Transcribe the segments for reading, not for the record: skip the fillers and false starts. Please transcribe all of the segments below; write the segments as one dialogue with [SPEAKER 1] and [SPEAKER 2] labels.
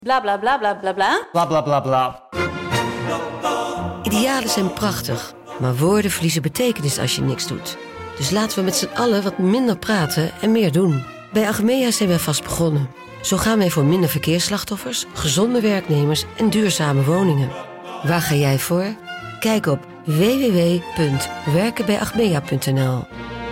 [SPEAKER 1] Bla bla bla bla bla bla.
[SPEAKER 2] Bla bla bla bla.
[SPEAKER 3] Idealen zijn prachtig, maar woorden verliezen betekenis als je niks doet. Dus laten we met z'n allen wat minder praten en meer doen. Bij Achmea zijn wij vast begonnen. Zo gaan wij voor minder verkeersslachtoffers, gezonde werknemers en duurzame woningen. Waar ga jij voor? Kijk op www.werkenbijachmea.nl.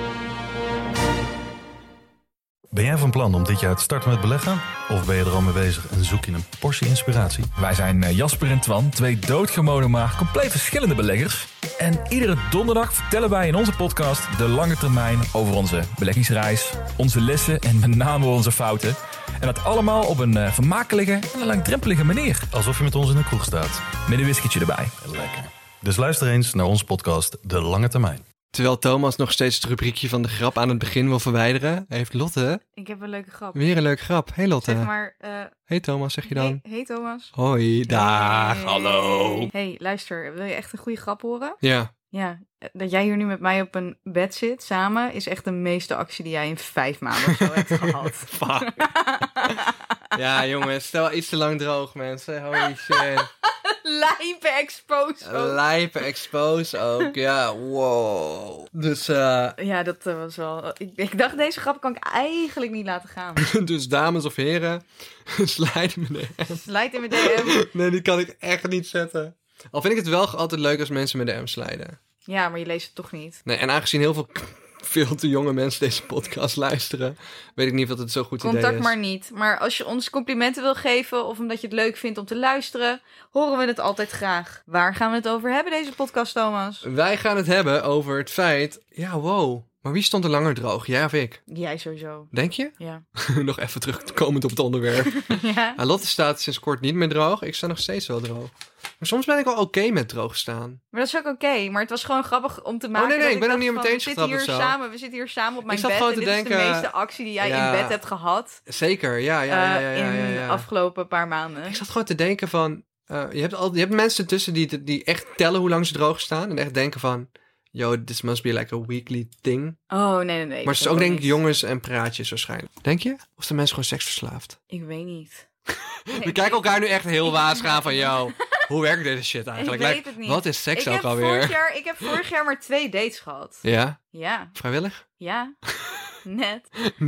[SPEAKER 4] Ben jij van plan om dit jaar te starten met beleggen? Of ben je er al mee bezig en zoek je een portie inspiratie?
[SPEAKER 5] Wij zijn Jasper en Twan, twee doodgewone maar compleet verschillende beleggers. En iedere donderdag vertellen wij in onze podcast de lange termijn over onze beleggingsreis, onze lessen en met name onze fouten. En dat allemaal op een vermakelijke en een langdrempelige manier.
[SPEAKER 4] Alsof je met ons in de kroeg staat.
[SPEAKER 5] Met een whiskietje erbij.
[SPEAKER 4] Lekker. Dus luister eens naar onze podcast De Lange Termijn.
[SPEAKER 6] Terwijl Thomas nog steeds het rubriekje van de grap aan het begin wil verwijderen, heeft Lotte
[SPEAKER 7] Ik heb een leuke grap.
[SPEAKER 6] weer een leuke grap. Hey Lotte.
[SPEAKER 7] Zeg maar...
[SPEAKER 6] Hey Thomas, zeg je dan?
[SPEAKER 7] Hey Thomas.
[SPEAKER 6] Hoi, dag,
[SPEAKER 7] Hey.
[SPEAKER 6] hallo.
[SPEAKER 7] Hey, luister. Wil je echt een goede grap horen?
[SPEAKER 6] Ja,
[SPEAKER 7] Ja. Dat jij hier nu met mij op een bed zit, samen, is echt de meeste actie die jij in 5 maanden of zo hebt gehad.
[SPEAKER 6] fuck. Ja jongens, stel iets te lang droog mensen. Holy shit.
[SPEAKER 7] Lijpe expose.
[SPEAKER 6] Lijpe expose ook, ja, wow. Dus,
[SPEAKER 7] Ja, dat was wel... Ik dacht, deze grap kan ik eigenlijk niet laten gaan.
[SPEAKER 6] dus dames of heren, slijt me de
[SPEAKER 7] Slijt in mijn DM.
[SPEAKER 6] Nee, die kan ik echt niet zetten. Al vind ik het wel altijd leuk als mensen met de M slijden.
[SPEAKER 7] Ja, maar je leest het toch niet.
[SPEAKER 6] Nee, en aangezien heel veel te jonge mensen deze podcast luisteren, weet ik niet of het zo goed idee is.
[SPEAKER 7] Contact maar niet. Maar als je ons complimenten wil geven of omdat je het leuk vindt om te luisteren, horen we het altijd graag. Waar gaan we het over hebben, deze podcast, Thomas?
[SPEAKER 6] Wij gaan het hebben over het feit... Ja, wow. Maar wie stond er langer droog? Jij of ik?
[SPEAKER 7] Jij sowieso.
[SPEAKER 6] Denk je?
[SPEAKER 7] Ja.
[SPEAKER 6] Nog even terugkomend op het onderwerp.
[SPEAKER 7] Ja.
[SPEAKER 6] Lotte staat sinds kort niet meer droog. Ik sta nog steeds wel droog. Maar soms ben ik wel oké met droog staan.
[SPEAKER 7] Maar dat is ook oké. Maar het was gewoon grappig om te maken.
[SPEAKER 6] nee,
[SPEAKER 7] dat
[SPEAKER 6] ik ben nog
[SPEAKER 7] dacht
[SPEAKER 6] niet
[SPEAKER 7] van,
[SPEAKER 6] meteen getrapt of zo.
[SPEAKER 7] We zitten hier samen op mijn
[SPEAKER 6] zat
[SPEAKER 7] bed.
[SPEAKER 6] gewoon
[SPEAKER 7] En
[SPEAKER 6] te
[SPEAKER 7] dit is
[SPEAKER 6] denken,
[SPEAKER 7] de meeste actie die jij
[SPEAKER 6] ja.
[SPEAKER 7] in bed hebt gehad.
[SPEAKER 6] Zeker, ja.
[SPEAKER 7] In de afgelopen paar maanden.
[SPEAKER 6] Ik zat gewoon te denken van... je hebt mensen tussen die echt tellen hoe lang ze droog staan. En echt denken van... Yo, this must be like a weekly thing.
[SPEAKER 7] Oh, nee.
[SPEAKER 6] Maar het is ook denk ik jongens en praatjes waarschijnlijk. Denk je? Of zijn mensen gewoon seksverslaafd?
[SPEAKER 7] Ik weet niet.
[SPEAKER 6] We kijken elkaar nu echt heel waas gaan van... Yo, hoe werkt deze shit eigenlijk?
[SPEAKER 7] Ik weet het niet.
[SPEAKER 6] Wat is seks ook alweer?
[SPEAKER 7] Ik heb vorig jaar maar 2 dates gehad.
[SPEAKER 6] Ja?
[SPEAKER 7] Ja.
[SPEAKER 6] Vrijwillig?
[SPEAKER 7] Ja. Net.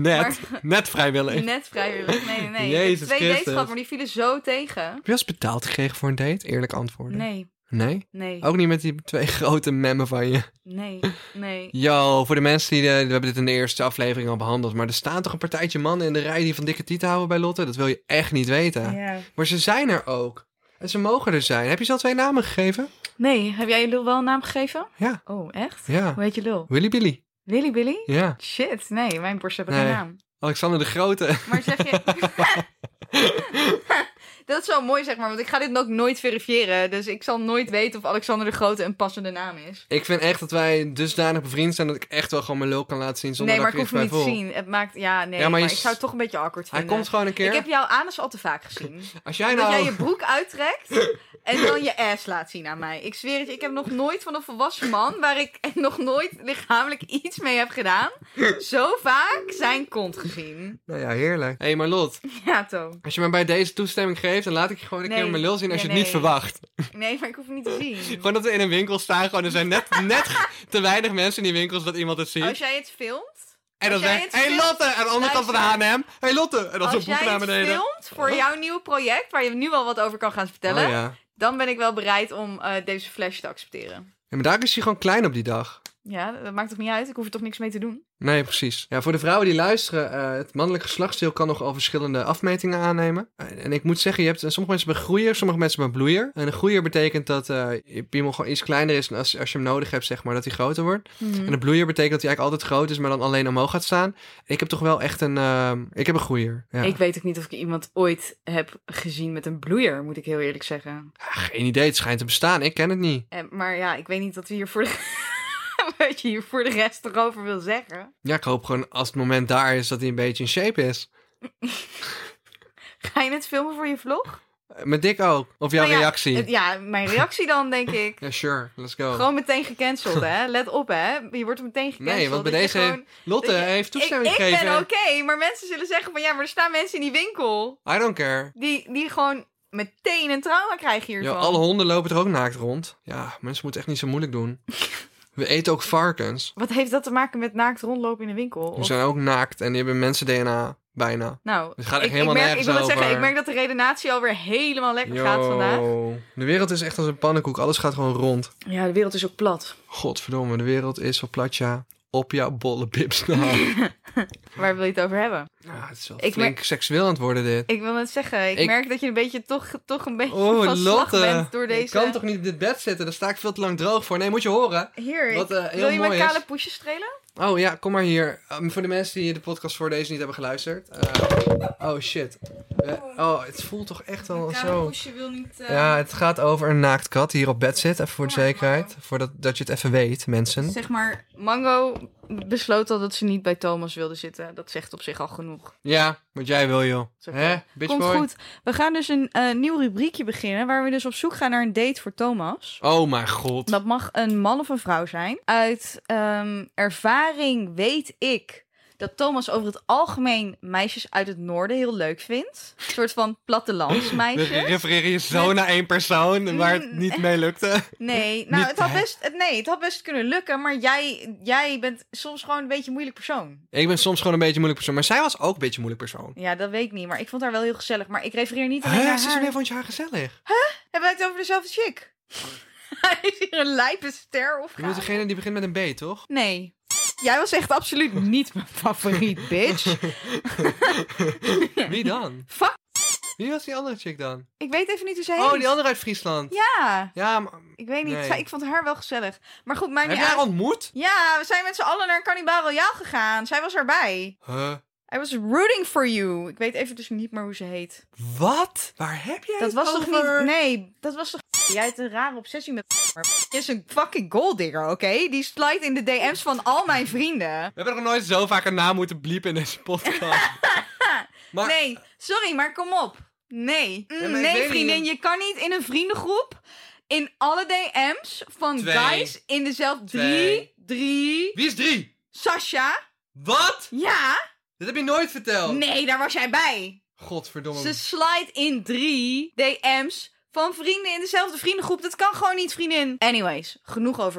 [SPEAKER 6] Net vrijwillig.
[SPEAKER 7] Net vrijwillig. Nee.
[SPEAKER 6] Jezus
[SPEAKER 7] ik heb 2 dates
[SPEAKER 6] Christus.
[SPEAKER 7] gehad, maar die vielen zo tegen.
[SPEAKER 6] Heb je wel eens betaald gekregen voor een date? Eerlijk antwoorden.
[SPEAKER 7] Nee.
[SPEAKER 6] Nee? Ook niet met die 2 grote memmen van je?
[SPEAKER 7] Nee.
[SPEAKER 6] Yo, voor de mensen die... we hebben dit in de eerste aflevering al behandeld. Maar er staan toch een partijtje mannen in de rij die van dikke tieten houden bij Lotte? Dat wil je echt niet weten.
[SPEAKER 7] Ja.
[SPEAKER 6] Maar ze zijn er ook. En ze mogen er zijn. Heb je ze al 2 namen gegeven?
[SPEAKER 7] Nee, heb jij je lul wel een naam gegeven?
[SPEAKER 6] Ja.
[SPEAKER 7] Oh, echt?
[SPEAKER 6] Ja.
[SPEAKER 7] Hoe heet je lul?
[SPEAKER 6] Willy Billy.
[SPEAKER 7] Willy Billy?
[SPEAKER 6] Ja.
[SPEAKER 7] Shit, nee, mijn borst hebben
[SPEAKER 6] Nee.
[SPEAKER 7] geen naam.
[SPEAKER 6] Alexander de Grote.
[SPEAKER 7] Maar zeg je... Dat is wel mooi, zeg maar, want ik ga dit ook nooit verifiëren. Dus ik zal nooit weten of Alexander de Grote een passende naam is.
[SPEAKER 6] Ik vind echt dat wij dusdanig bevriend zijn dat ik echt wel gewoon mijn lul kan laten zien zonder
[SPEAKER 7] Nee, maar
[SPEAKER 6] dat
[SPEAKER 7] ik
[SPEAKER 6] ik
[SPEAKER 7] hoef
[SPEAKER 6] er
[SPEAKER 7] hem
[SPEAKER 6] iets
[SPEAKER 7] niet
[SPEAKER 6] bij
[SPEAKER 7] te
[SPEAKER 6] voel.
[SPEAKER 7] zien. Het maakt... Ja, nee,
[SPEAKER 6] Ja, maar
[SPEAKER 7] maar
[SPEAKER 6] je
[SPEAKER 7] ik zou het toch een beetje awkward
[SPEAKER 6] Hij
[SPEAKER 7] vinden.
[SPEAKER 6] komt gewoon een keer.
[SPEAKER 7] Ik heb jouw anus al te vaak gezien.
[SPEAKER 6] Als jij
[SPEAKER 7] Dat
[SPEAKER 6] nou...
[SPEAKER 7] jij je broek uittrekt en dan je ass laat zien aan mij. Ik zweer het je, ik heb nog nooit van een volwassen man, waar ik nog nooit lichamelijk iets mee heb gedaan, zo vaak zijn kont gezien.
[SPEAKER 6] Nou ja, heerlijk. Hé, maar Lot,
[SPEAKER 7] Ja, Toon.
[SPEAKER 6] als je me bij deze toestemming geeft, dan laat ik je gewoon een
[SPEAKER 7] Nee.
[SPEAKER 6] keer mijn lul zien als je
[SPEAKER 7] Nee,
[SPEAKER 6] het niet
[SPEAKER 7] nee.
[SPEAKER 6] verwacht.
[SPEAKER 7] Nee, maar ik hoef het niet te zien.
[SPEAKER 6] Gewoon dat we in een winkel staan, gewoon er zijn net te weinig mensen in die winkels dat iemand het ziet.
[SPEAKER 7] Als jij het filmt...
[SPEAKER 6] En dan
[SPEAKER 7] als jij
[SPEAKER 6] zegt,
[SPEAKER 7] het
[SPEAKER 6] hey
[SPEAKER 7] filmt-
[SPEAKER 6] Lotte, aan de andere kant van de H&M. Hey Lotte, en dan zo'n
[SPEAKER 7] Als
[SPEAKER 6] boek
[SPEAKER 7] jij
[SPEAKER 6] naar
[SPEAKER 7] het
[SPEAKER 6] beneden.
[SPEAKER 7] filmt voor jouw nieuwe project, waar je nu al wat over kan gaan vertellen,
[SPEAKER 6] Oh ja.
[SPEAKER 7] dan ben ik wel bereid om deze flash te accepteren.
[SPEAKER 6] Ja, maar daar is hij gewoon klein op die dag.
[SPEAKER 7] Ja, dat maakt toch niet uit? Ik hoef er toch niks mee te doen?
[SPEAKER 6] Nee, precies. Ja, voor de vrouwen die luisteren, het mannelijk geslachtsdeel kan nogal verschillende afmetingen aannemen. En ik moet zeggen, je hebt sommige mensen hebben groeier, sommige mensen hebben bloeier. En een groeier betekent dat je piemel gewoon iets kleiner is en als je hem nodig hebt, zeg maar, dat hij groter wordt.
[SPEAKER 7] Mhm.
[SPEAKER 6] En een bloeier betekent dat hij eigenlijk altijd groot is, maar dan alleen omhoog gaat staan. Ik heb toch wel echt ik heb een groeier. Ja.
[SPEAKER 7] Ik weet ook niet of ik iemand ooit heb gezien met een bloeier, moet ik heel eerlijk zeggen.
[SPEAKER 6] Geen idee, het schijnt te bestaan. Ik ken het niet.
[SPEAKER 7] Maar ja, ik weet niet dat we hier voor de... wat je hier voor de rest erover wil zeggen.
[SPEAKER 6] Ja, ik hoop gewoon als het moment daar is dat hij een beetje in shape is.
[SPEAKER 7] Ga je het filmen voor je vlog?
[SPEAKER 6] Met Dick ook. Of jouw
[SPEAKER 7] Nou ja,
[SPEAKER 6] reactie.
[SPEAKER 7] Mijn reactie dan, denk ik.
[SPEAKER 6] Ja, sure. Let's go.
[SPEAKER 7] Gewoon meteen gecanceld, hè? Let op, hè? Je wordt meteen gecanceld.
[SPEAKER 6] Nee, want bij
[SPEAKER 7] Dat je
[SPEAKER 6] deze
[SPEAKER 7] gewoon-
[SPEAKER 6] Lotte
[SPEAKER 7] dat je-
[SPEAKER 6] heeft toestemming
[SPEAKER 7] ik
[SPEAKER 6] gegeven.
[SPEAKER 7] ben oké, maar mensen zullen zeggen van... Ja, maar er staan mensen in die winkel...
[SPEAKER 6] I don't care.
[SPEAKER 7] die gewoon meteen een trauma krijgen hiervan.
[SPEAKER 6] Ja, alle honden lopen er ook naakt rond. Ja, mensen moeten echt niet zo moeilijk doen. We eten ook varkens.
[SPEAKER 7] Wat heeft dat te maken met naakt rondlopen in een winkel?
[SPEAKER 6] Die
[SPEAKER 7] Of-
[SPEAKER 6] zijn ook naakt en die hebben mensen-DNA. Bijna.
[SPEAKER 7] Nou,
[SPEAKER 6] Het gaat echt
[SPEAKER 7] ik
[SPEAKER 6] helemaal
[SPEAKER 7] merk,
[SPEAKER 6] nergens
[SPEAKER 7] ik wil het
[SPEAKER 6] over.
[SPEAKER 7] zeggen, ik merk dat de redenatie alweer helemaal lekker gaat vandaag.
[SPEAKER 6] De wereld is echt als een pannenkoek. Alles gaat gewoon rond.
[SPEAKER 7] Ja, de wereld is ook plat.
[SPEAKER 6] Godverdomme, de wereld is zo plat, ja. Op jouw bolle pips. Nou,
[SPEAKER 7] Waar wil je het over hebben?
[SPEAKER 6] het is wel
[SPEAKER 7] Ik
[SPEAKER 6] flink seksueel aan het worden, dit.
[SPEAKER 7] Ik wil net zeggen, ik
[SPEAKER 6] Ik-
[SPEAKER 7] merk dat je een beetje toch een beetje
[SPEAKER 6] Oh,
[SPEAKER 7] van slag
[SPEAKER 6] Lotte.
[SPEAKER 7] bent door deze...
[SPEAKER 6] Ik kan toch niet op dit bed zitten? Daar sta ik veel te lang droog voor. Nee, moet je horen.
[SPEAKER 7] Hier,
[SPEAKER 6] Wat, heel
[SPEAKER 7] wil je mijn
[SPEAKER 6] mooi
[SPEAKER 7] kale
[SPEAKER 6] is.
[SPEAKER 7] poesjes strelen?
[SPEAKER 6] Oh ja, kom maar hier. Voor de mensen die de podcast voor deze niet hebben geluisterd. Oh shit. Het voelt toch echt wel zo.
[SPEAKER 7] poesje wil niet...
[SPEAKER 6] Ja, het gaat over een naakt kat die hier op bed zit. Even voor de zekerheid. Voordat dat je het even weet, mensen.
[SPEAKER 7] Zeg maar, Mango besloot al dat ze niet bij Thomas wilde zitten. Dat zegt op zich al genoeg.
[SPEAKER 6] Ja, wat jij wil, joh.
[SPEAKER 7] Zo
[SPEAKER 6] Hè, bitch
[SPEAKER 7] Komt
[SPEAKER 6] boy?
[SPEAKER 7] goed. We gaan dus een nieuw rubriekje beginnen... waar we dus op zoek gaan naar een date voor Thomas.
[SPEAKER 6] Oh mijn god.
[SPEAKER 7] Dat mag een man of een vrouw zijn. Uit ervaring weet ik dat Thomas over het algemeen meisjes uit het noorden heel leuk vindt. Een soort van
[SPEAKER 6] We
[SPEAKER 7] plattelandsmeisjes.
[SPEAKER 6] refereren je zo naar één persoon waar het niet mee lukte.
[SPEAKER 7] Nee, nou,
[SPEAKER 6] Niet,
[SPEAKER 7] het had best kunnen lukken, maar jij bent soms gewoon een beetje een moeilijk persoon.
[SPEAKER 6] Ik ben soms gewoon een beetje een moeilijk persoon. Maar zij was ook een beetje een moeilijk persoon.
[SPEAKER 7] Ja, dat weet ik niet, maar ik vond haar wel heel gezellig. Maar ik refereer niet alleen naar
[SPEAKER 6] Sinds
[SPEAKER 7] haar.
[SPEAKER 6] wanneer vond je haar gezellig?
[SPEAKER 7] Hebben wij het over dezelfde chick? Hij is hier een lijpe ster of
[SPEAKER 6] Je bent degene die begint met een B, toch?
[SPEAKER 7] Nee. Jij was echt absoluut niet mijn favoriet, bitch.
[SPEAKER 6] Wie dan?
[SPEAKER 7] Fuck.
[SPEAKER 6] Wie was die andere chick dan?
[SPEAKER 7] Ik weet even niet hoe ze heet.
[SPEAKER 6] Oh, die andere uit Friesland.
[SPEAKER 7] Ja,
[SPEAKER 6] Ja, maar...
[SPEAKER 7] ik weet niet.
[SPEAKER 6] Nee.
[SPEAKER 7] Ik vond haar wel gezellig. Maar goed, mij
[SPEAKER 6] Heb
[SPEAKER 7] niet
[SPEAKER 6] jij haar
[SPEAKER 7] uit.
[SPEAKER 6] ontmoet?
[SPEAKER 7] Ja, we zijn met z'n allen naar Cannibal Royale gegaan. Zij was erbij.
[SPEAKER 6] Huh?
[SPEAKER 7] I was rooting for you. Ik weet even dus niet meer hoe ze heet.
[SPEAKER 6] Wat? Waar heb jij
[SPEAKER 7] Dat
[SPEAKER 6] het
[SPEAKER 7] was toch
[SPEAKER 6] over?
[SPEAKER 7] niet... Nee, dat was toch... Jij hebt een rare obsessie met... Maar is een fucking golddigger, oké? Die slide in de DM's van al mijn vrienden.
[SPEAKER 6] We hebben nog nooit zo vaak een naam moeten bliepen in deze podcast. Maar...
[SPEAKER 7] Nee, sorry, maar kom op. Nee.
[SPEAKER 6] maar ik
[SPEAKER 7] Nee,
[SPEAKER 6] weet
[SPEAKER 7] vriendin,
[SPEAKER 6] niet.
[SPEAKER 7] je kan niet in een vriendengroep... in alle DM's van
[SPEAKER 6] 2,
[SPEAKER 7] guys in dezelfde...
[SPEAKER 6] 2.
[SPEAKER 7] 3...
[SPEAKER 6] Wie is 3?
[SPEAKER 7] Sasha?
[SPEAKER 6] Wat?
[SPEAKER 7] Ja?
[SPEAKER 6] Dat heb je nooit verteld.
[SPEAKER 7] Nee, daar was jij bij.
[SPEAKER 6] Godverdomme.
[SPEAKER 7] Ze slide in 3 DM's van vrienden in dezelfde vriendengroep. Dat kan gewoon niet, vriendin. Anyways, genoeg over...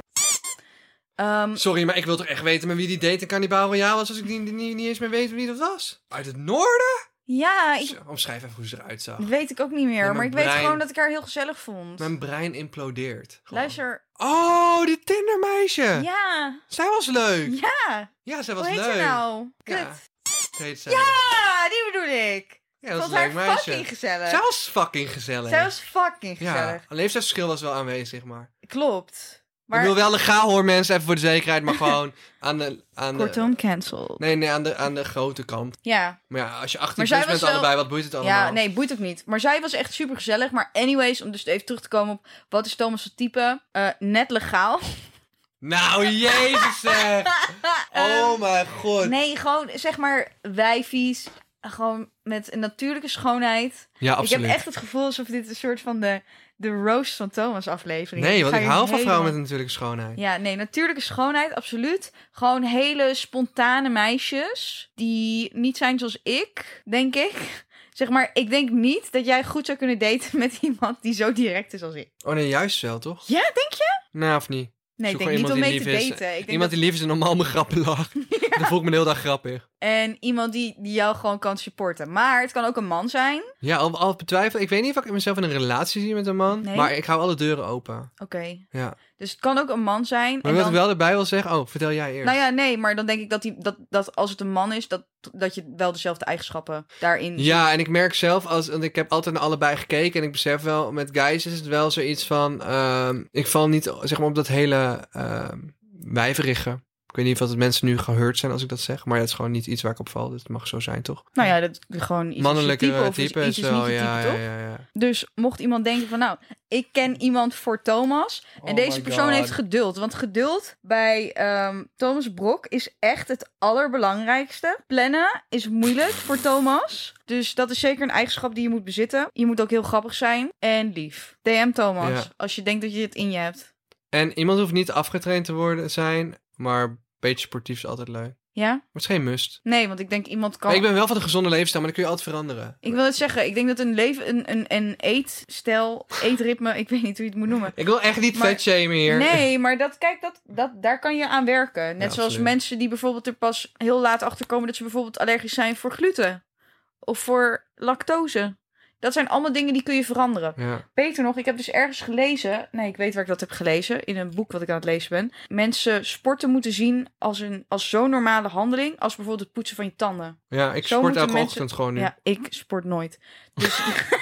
[SPEAKER 6] Sorry, maar ik wil toch echt weten met wie die date in Cannibal Royale was... als ik niet eens meer weet wie dat was? Uit het noorden?
[SPEAKER 7] Ja,
[SPEAKER 6] Zo, omschrijf even hoe ze eruit zag.
[SPEAKER 7] dat weet ik ook niet meer.
[SPEAKER 6] mijn
[SPEAKER 7] Maar ik weet
[SPEAKER 6] brein-
[SPEAKER 7] gewoon dat ik haar heel gezellig vond.
[SPEAKER 6] Mijn brein implodeert. Gewoon.
[SPEAKER 7] Luister.
[SPEAKER 6] Oh, die Tindermeisje.
[SPEAKER 7] Ja.
[SPEAKER 6] Zij was leuk.
[SPEAKER 7] Ja.
[SPEAKER 6] Ja, zij was
[SPEAKER 7] Hoe heet
[SPEAKER 6] leuk.
[SPEAKER 7] ze nou? Kut.
[SPEAKER 6] Ja, heet zij.
[SPEAKER 7] Ja, die bedoel ik.
[SPEAKER 6] Ja,
[SPEAKER 7] Ik
[SPEAKER 6] dat
[SPEAKER 7] vond
[SPEAKER 6] was een
[SPEAKER 7] haar
[SPEAKER 6] leuk meisje.
[SPEAKER 7] fucking gezellig.
[SPEAKER 6] Zij was fucking gezellig.
[SPEAKER 7] Zij was fucking
[SPEAKER 6] Ja,
[SPEAKER 7] gezellig.
[SPEAKER 6] een leeftijdsverschil was wel aanwezig, maar...
[SPEAKER 7] Klopt. Maar
[SPEAKER 6] Ik wil wel legaal hoor, mensen, even voor de zekerheid, maar gewoon aan de...
[SPEAKER 7] kortom cancelled.
[SPEAKER 6] Nee, aan de grote kant.
[SPEAKER 7] Ja.
[SPEAKER 6] Maar ja, als je 18
[SPEAKER 7] Maar
[SPEAKER 6] plus
[SPEAKER 7] zij
[SPEAKER 6] bent
[SPEAKER 7] was wel-
[SPEAKER 6] allebei, wat boeit het allemaal?
[SPEAKER 7] Ja, nee, boeit ook niet. Maar zij was echt super gezellig. Maar anyways, om dus even terug te komen op... Wat is Thomas voor type? Net legaal.
[SPEAKER 6] Nou, jezus zeg. Oh mijn god.
[SPEAKER 7] Nee, gewoon zeg maar wijfies. Gewoon met een natuurlijke schoonheid.
[SPEAKER 6] Ja,
[SPEAKER 7] Ik
[SPEAKER 6] absoluut.
[SPEAKER 7] heb echt het gevoel alsof dit een soort van de roast van Thomas aflevering is.
[SPEAKER 6] Nee, want
[SPEAKER 7] ga
[SPEAKER 6] ik
[SPEAKER 7] hier
[SPEAKER 6] hou van vrouwen met
[SPEAKER 7] helemaal-
[SPEAKER 6] een natuurlijke schoonheid.
[SPEAKER 7] Ja, nee, natuurlijke schoonheid, absoluut. Gewoon hele spontane meisjes. Die niet zijn zoals ik, denk ik. Zeg maar, ik denk niet dat jij goed zou kunnen daten met iemand die zo direct is als ik.
[SPEAKER 6] Oh nee, juist wel, toch?
[SPEAKER 7] Ja, denk je?
[SPEAKER 6] Nou, of niet?
[SPEAKER 7] Nee, ik
[SPEAKER 6] Zoek
[SPEAKER 7] denk niet
[SPEAKER 6] gewoon
[SPEAKER 7] om
[SPEAKER 6] iemand
[SPEAKER 7] mee
[SPEAKER 6] die
[SPEAKER 7] te
[SPEAKER 6] lief is.
[SPEAKER 7] daten. Ik denk
[SPEAKER 6] Iemand die lief is en normaal mijn grappen lacht. Dan voel ik me de hele dag grappig.
[SPEAKER 7] En iemand die jou gewoon kan supporten. Maar het kan ook een man zijn.
[SPEAKER 6] Ja, al betwijfel. Ik weet niet of ik mezelf in een relatie zie met een man.
[SPEAKER 7] Nee?
[SPEAKER 6] Maar ik hou alle deuren open.
[SPEAKER 7] Oké.
[SPEAKER 6] Ja.
[SPEAKER 7] Dus het kan ook een man zijn.
[SPEAKER 6] Maar
[SPEAKER 7] en
[SPEAKER 6] wat
[SPEAKER 7] dan...
[SPEAKER 6] ik wel erbij wil zeggen... Oh, vertel jij eerst.
[SPEAKER 7] Nou ja, nee, maar dan denk ik dat als het een man is, dat je wel dezelfde eigenschappen daarin ziet.
[SPEAKER 6] Ja, en ik merk zelf, want ik heb altijd naar allebei gekeken... en ik besef wel, met guys is het wel zoiets van... ik val niet, zeg maar, op dat hele wijverige. Ik weet niet of dat mensen nu gehoord zijn als ik dat zeg. Maar het is gewoon niet iets waar ik op val. Dus het mag zo zijn, toch?
[SPEAKER 7] Nou ja, dat is gewoon iets
[SPEAKER 6] Mannelijke
[SPEAKER 7] type of
[SPEAKER 6] type
[SPEAKER 7] iets
[SPEAKER 6] is
[SPEAKER 7] is
[SPEAKER 6] wel,
[SPEAKER 7] niet je type, toch?
[SPEAKER 6] ja.
[SPEAKER 7] Dus mocht iemand denken van, nou, ik ken iemand voor Thomas. En
[SPEAKER 6] Oh
[SPEAKER 7] deze
[SPEAKER 6] my
[SPEAKER 7] persoon
[SPEAKER 6] God.
[SPEAKER 7] heeft geduld. Want geduld bij Thomas Brok is echt het allerbelangrijkste. Plannen is moeilijk voor Thomas. Dus dat is zeker een eigenschap die je moet bezitten. Je moet ook heel grappig zijn en lief. DM Thomas,
[SPEAKER 6] Ja.
[SPEAKER 7] als je denkt dat je het in je hebt.
[SPEAKER 6] En iemand hoeft niet afgetraind te zijn, maar een beetje sportief is altijd leuk.
[SPEAKER 7] Ja?
[SPEAKER 6] Maar het is geen must.
[SPEAKER 7] Nee, want ik denk iemand kan...
[SPEAKER 6] Maar ik ben wel van de gezonde levensstijl, maar dat kun je altijd veranderen.
[SPEAKER 7] Ik wil het zeggen, ik denk dat een leven, een eetstijl, eetritme, ik weet niet hoe je het moet noemen.
[SPEAKER 6] Ik wil echt niet
[SPEAKER 7] Maar-
[SPEAKER 6] vetshamen hier.
[SPEAKER 7] Nee, maar daar kan je aan werken. Net zoals
[SPEAKER 6] absoluut.
[SPEAKER 7] mensen die bijvoorbeeld er pas heel laat achter komen dat ze bijvoorbeeld allergisch zijn voor gluten. Of voor lactose. Dat zijn allemaal dingen die kun je veranderen.
[SPEAKER 6] Ja.
[SPEAKER 7] Beter nog, ik heb dus ergens gelezen... Nee, ik weet waar ik dat heb gelezen. In een boek wat ik aan het lezen ben. Mensen sporten moeten zien als zo'n normale handeling... als bijvoorbeeld het poetsen van je tanden.
[SPEAKER 6] Ja, ik
[SPEAKER 7] Zo
[SPEAKER 6] sport
[SPEAKER 7] moeten
[SPEAKER 6] elke
[SPEAKER 7] mensen-
[SPEAKER 6] ochtend gewoon nu.
[SPEAKER 7] Ja, ik sport nooit. Dus,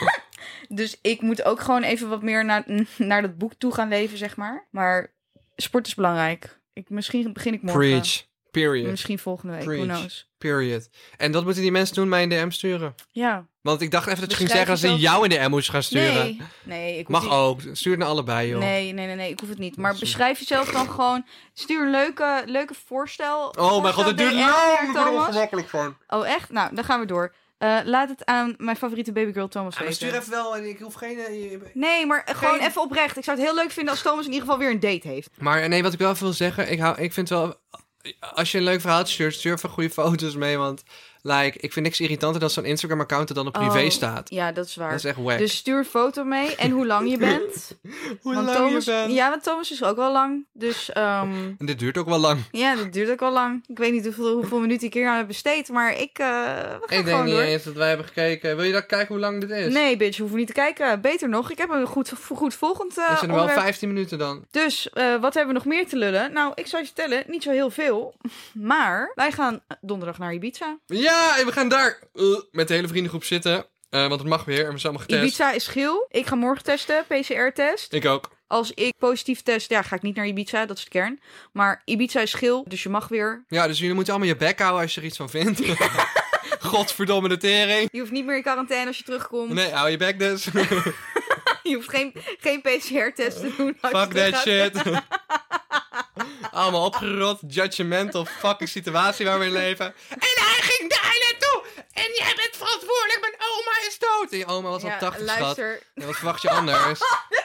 [SPEAKER 7] dus ik moet ook gewoon even wat meer naar dat boek toe gaan leven, zeg maar. Maar sport is belangrijk. Misschien begin ik morgen.
[SPEAKER 6] Preach. Period.
[SPEAKER 7] Misschien volgende week, who
[SPEAKER 6] Preach.
[SPEAKER 7] knows.
[SPEAKER 6] Period. En dat moeten die mensen doen, mij in DM sturen.
[SPEAKER 7] Ja.
[SPEAKER 6] Want ik dacht even dat je ging
[SPEAKER 7] Beschrijf
[SPEAKER 6] zeggen dat ze
[SPEAKER 7] jezelf-
[SPEAKER 6] jou in de DM moest gaan sturen.
[SPEAKER 7] Nee, ik hoef
[SPEAKER 6] Mag
[SPEAKER 7] niet-
[SPEAKER 6] ook. Stuur het naar allebei, joh.
[SPEAKER 7] Nee, ik hoef het niet. Maar beschrijf jezelf dan gewoon. Stuur een leuke voorstel.
[SPEAKER 6] Oh mijn god, het duurt
[SPEAKER 7] DM
[SPEAKER 6] lang.
[SPEAKER 7] naar
[SPEAKER 6] Ik word er
[SPEAKER 7] Thomas.
[SPEAKER 6] ongemakkelijk van.
[SPEAKER 7] Oh, echt? Nou, dan gaan we door. Laat het aan mijn favoriete babygirl Thomas
[SPEAKER 6] Ja, maar
[SPEAKER 7] weten.
[SPEAKER 6] stuur even wel en ik hoef geen...
[SPEAKER 7] Nee, maar gewoon even oprecht. Ik zou het heel leuk vinden als Thomas in ieder geval weer een date heeft.
[SPEAKER 6] Maar nee, wat ik wel even wil zeggen, ik vind wel... Als je een leuk verhaal stuurt, stuur even goede foto's mee, want... ik vind niks irritanter dan zo'n Instagram-account dat dan op privé staat.
[SPEAKER 7] Ja, dat is waar.
[SPEAKER 6] Dat is echt wack.
[SPEAKER 7] Dus stuur een foto mee en hoe lang je bent.
[SPEAKER 6] Hoe
[SPEAKER 7] Want
[SPEAKER 6] lang
[SPEAKER 7] Thomas,
[SPEAKER 6] je bent.
[SPEAKER 7] Ja, want Thomas is ook wel lang. Dus
[SPEAKER 6] En dit duurt ook wel lang.
[SPEAKER 7] ja, dat duurt ook wel lang. Ik weet niet hoeveel minuten ik hier aan heb besteed, maar we gaan
[SPEAKER 6] Ik denk
[SPEAKER 7] gewoon
[SPEAKER 6] niet
[SPEAKER 7] door.
[SPEAKER 6] eens dat wij hebben gekeken. Wil je dan kijken hoe lang dit is?
[SPEAKER 7] Nee, bitch, hoeven we niet te kijken. Beter nog, ik heb een goed volgend
[SPEAKER 6] Er zijn er wel
[SPEAKER 7] onderwerp.
[SPEAKER 6] 15 minuten dan.
[SPEAKER 7] Dus, wat hebben we nog meer te lullen? Nou, ik zou je vertellen, niet zo heel veel. Maar wij gaan donderdag naar Ibiza.
[SPEAKER 6] Ja, en we gaan daar met de hele vriendengroep zitten. Want het mag weer en we zijn allemaal getest.
[SPEAKER 7] Ibiza is geel. Ik ga morgen testen, PCR-test.
[SPEAKER 6] Ik ook.
[SPEAKER 7] Als ik positief test, ja, ga ik niet naar Ibiza, dat is de kern. Maar Ibiza is geel, dus je mag weer.
[SPEAKER 6] Ja, dus jullie moeten allemaal je bek houden als je er iets van vindt. Godverdomme de tering.
[SPEAKER 7] Je hoeft niet meer in quarantaine als je terugkomt.
[SPEAKER 6] Nee, hou je bek dus.
[SPEAKER 7] Je hoeft geen PCR-test te doen. als je
[SPEAKER 6] Fuck
[SPEAKER 7] terug
[SPEAKER 6] that
[SPEAKER 7] gaat.
[SPEAKER 6] shit. Allemaal opgerot, judgmental fucking situatie waar we in leven. En hij ging daar naartoe. En jij bent verantwoordelijk, mijn oma is dood. En je oma was al 80, schat.
[SPEAKER 7] luister.
[SPEAKER 6] En wat verwacht je anders?